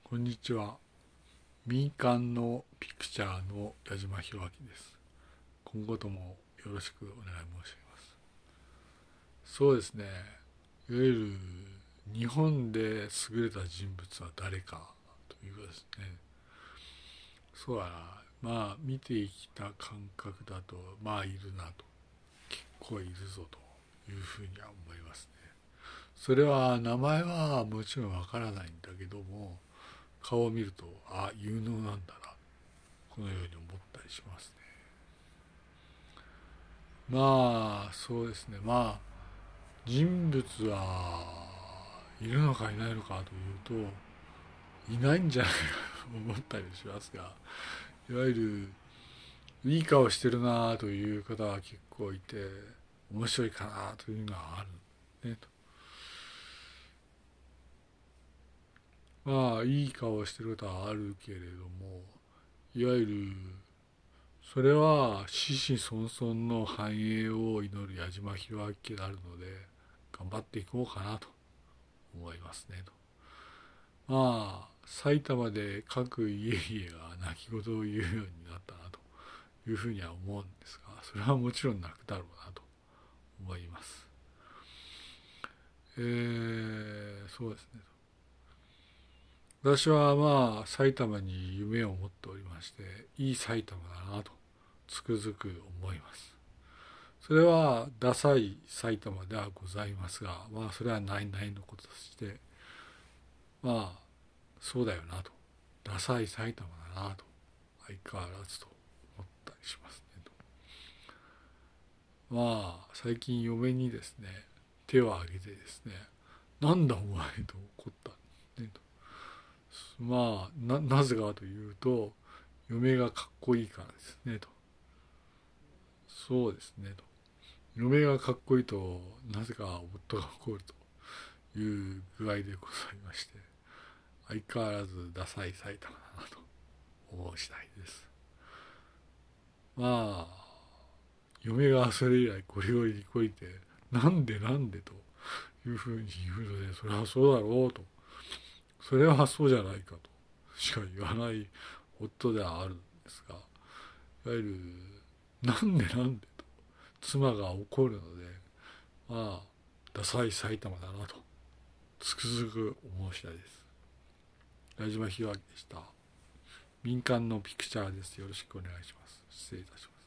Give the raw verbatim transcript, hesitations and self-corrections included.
こんにちは。民間のピクチャーの矢島弘明です。今後ともよろしくお願い申し上げます。そうですね。いわゆる日本で優れた人物は誰かということですね。そうだな。まあ見てきた感覚だと、まあいるなと。結構いるぞというふうには思いますね。それは名前はもちろんわからないんだけども、顔を見ると、あ、有能なんだな、このように思ったりしますね。まあそうですね。まあ人物はいるのかいないのかというと、いないんじゃないかと思ったりしますが、いわゆるいい顔してるなという方は結構いて、面白いかなというのはあるねと。まあいい顔してることはあるけれども、いわゆるそれは子々孫々の繁栄を祈る矢島弘明であるので、頑張っていこうかなと思いますねと。まあ埼玉で各家々が泣き言を言うようになったなというふうには思うんですが、それはもちろん泣くだろうなと思います。えー、そうですね。私はまあ埼玉に夢を持っておりまして、いい埼玉だなとつくづく思います。それはダサい埼玉ではございますが、まあそれはないないのこととして、まあそうだよなと、ダサい埼玉だなと相変わらずと思ったりしますねと。まあ最近嫁にですね、手を挙げてですね、なんだお前と怒ったねと。まあななぜかというと、嫁がかっこいいからですねと。そうですねと。嫁がかっこいいとなぜか夫が怒るという具合でございまして、相変わらずダサい埼玉だなと思う次第です。まあ嫁がそれ以来これをりこいて、なんでなんでというふうに言うので、それはそうだろうと、それはそうじゃないかとしか言わない夫ではあるんですが、いわゆるなんでなんでと妻が怒るので、まあダサい埼玉だなとつくづく思う次第です。矢島弘明でした。民間のピクチャーです。よろしくお願いします。失礼いたします。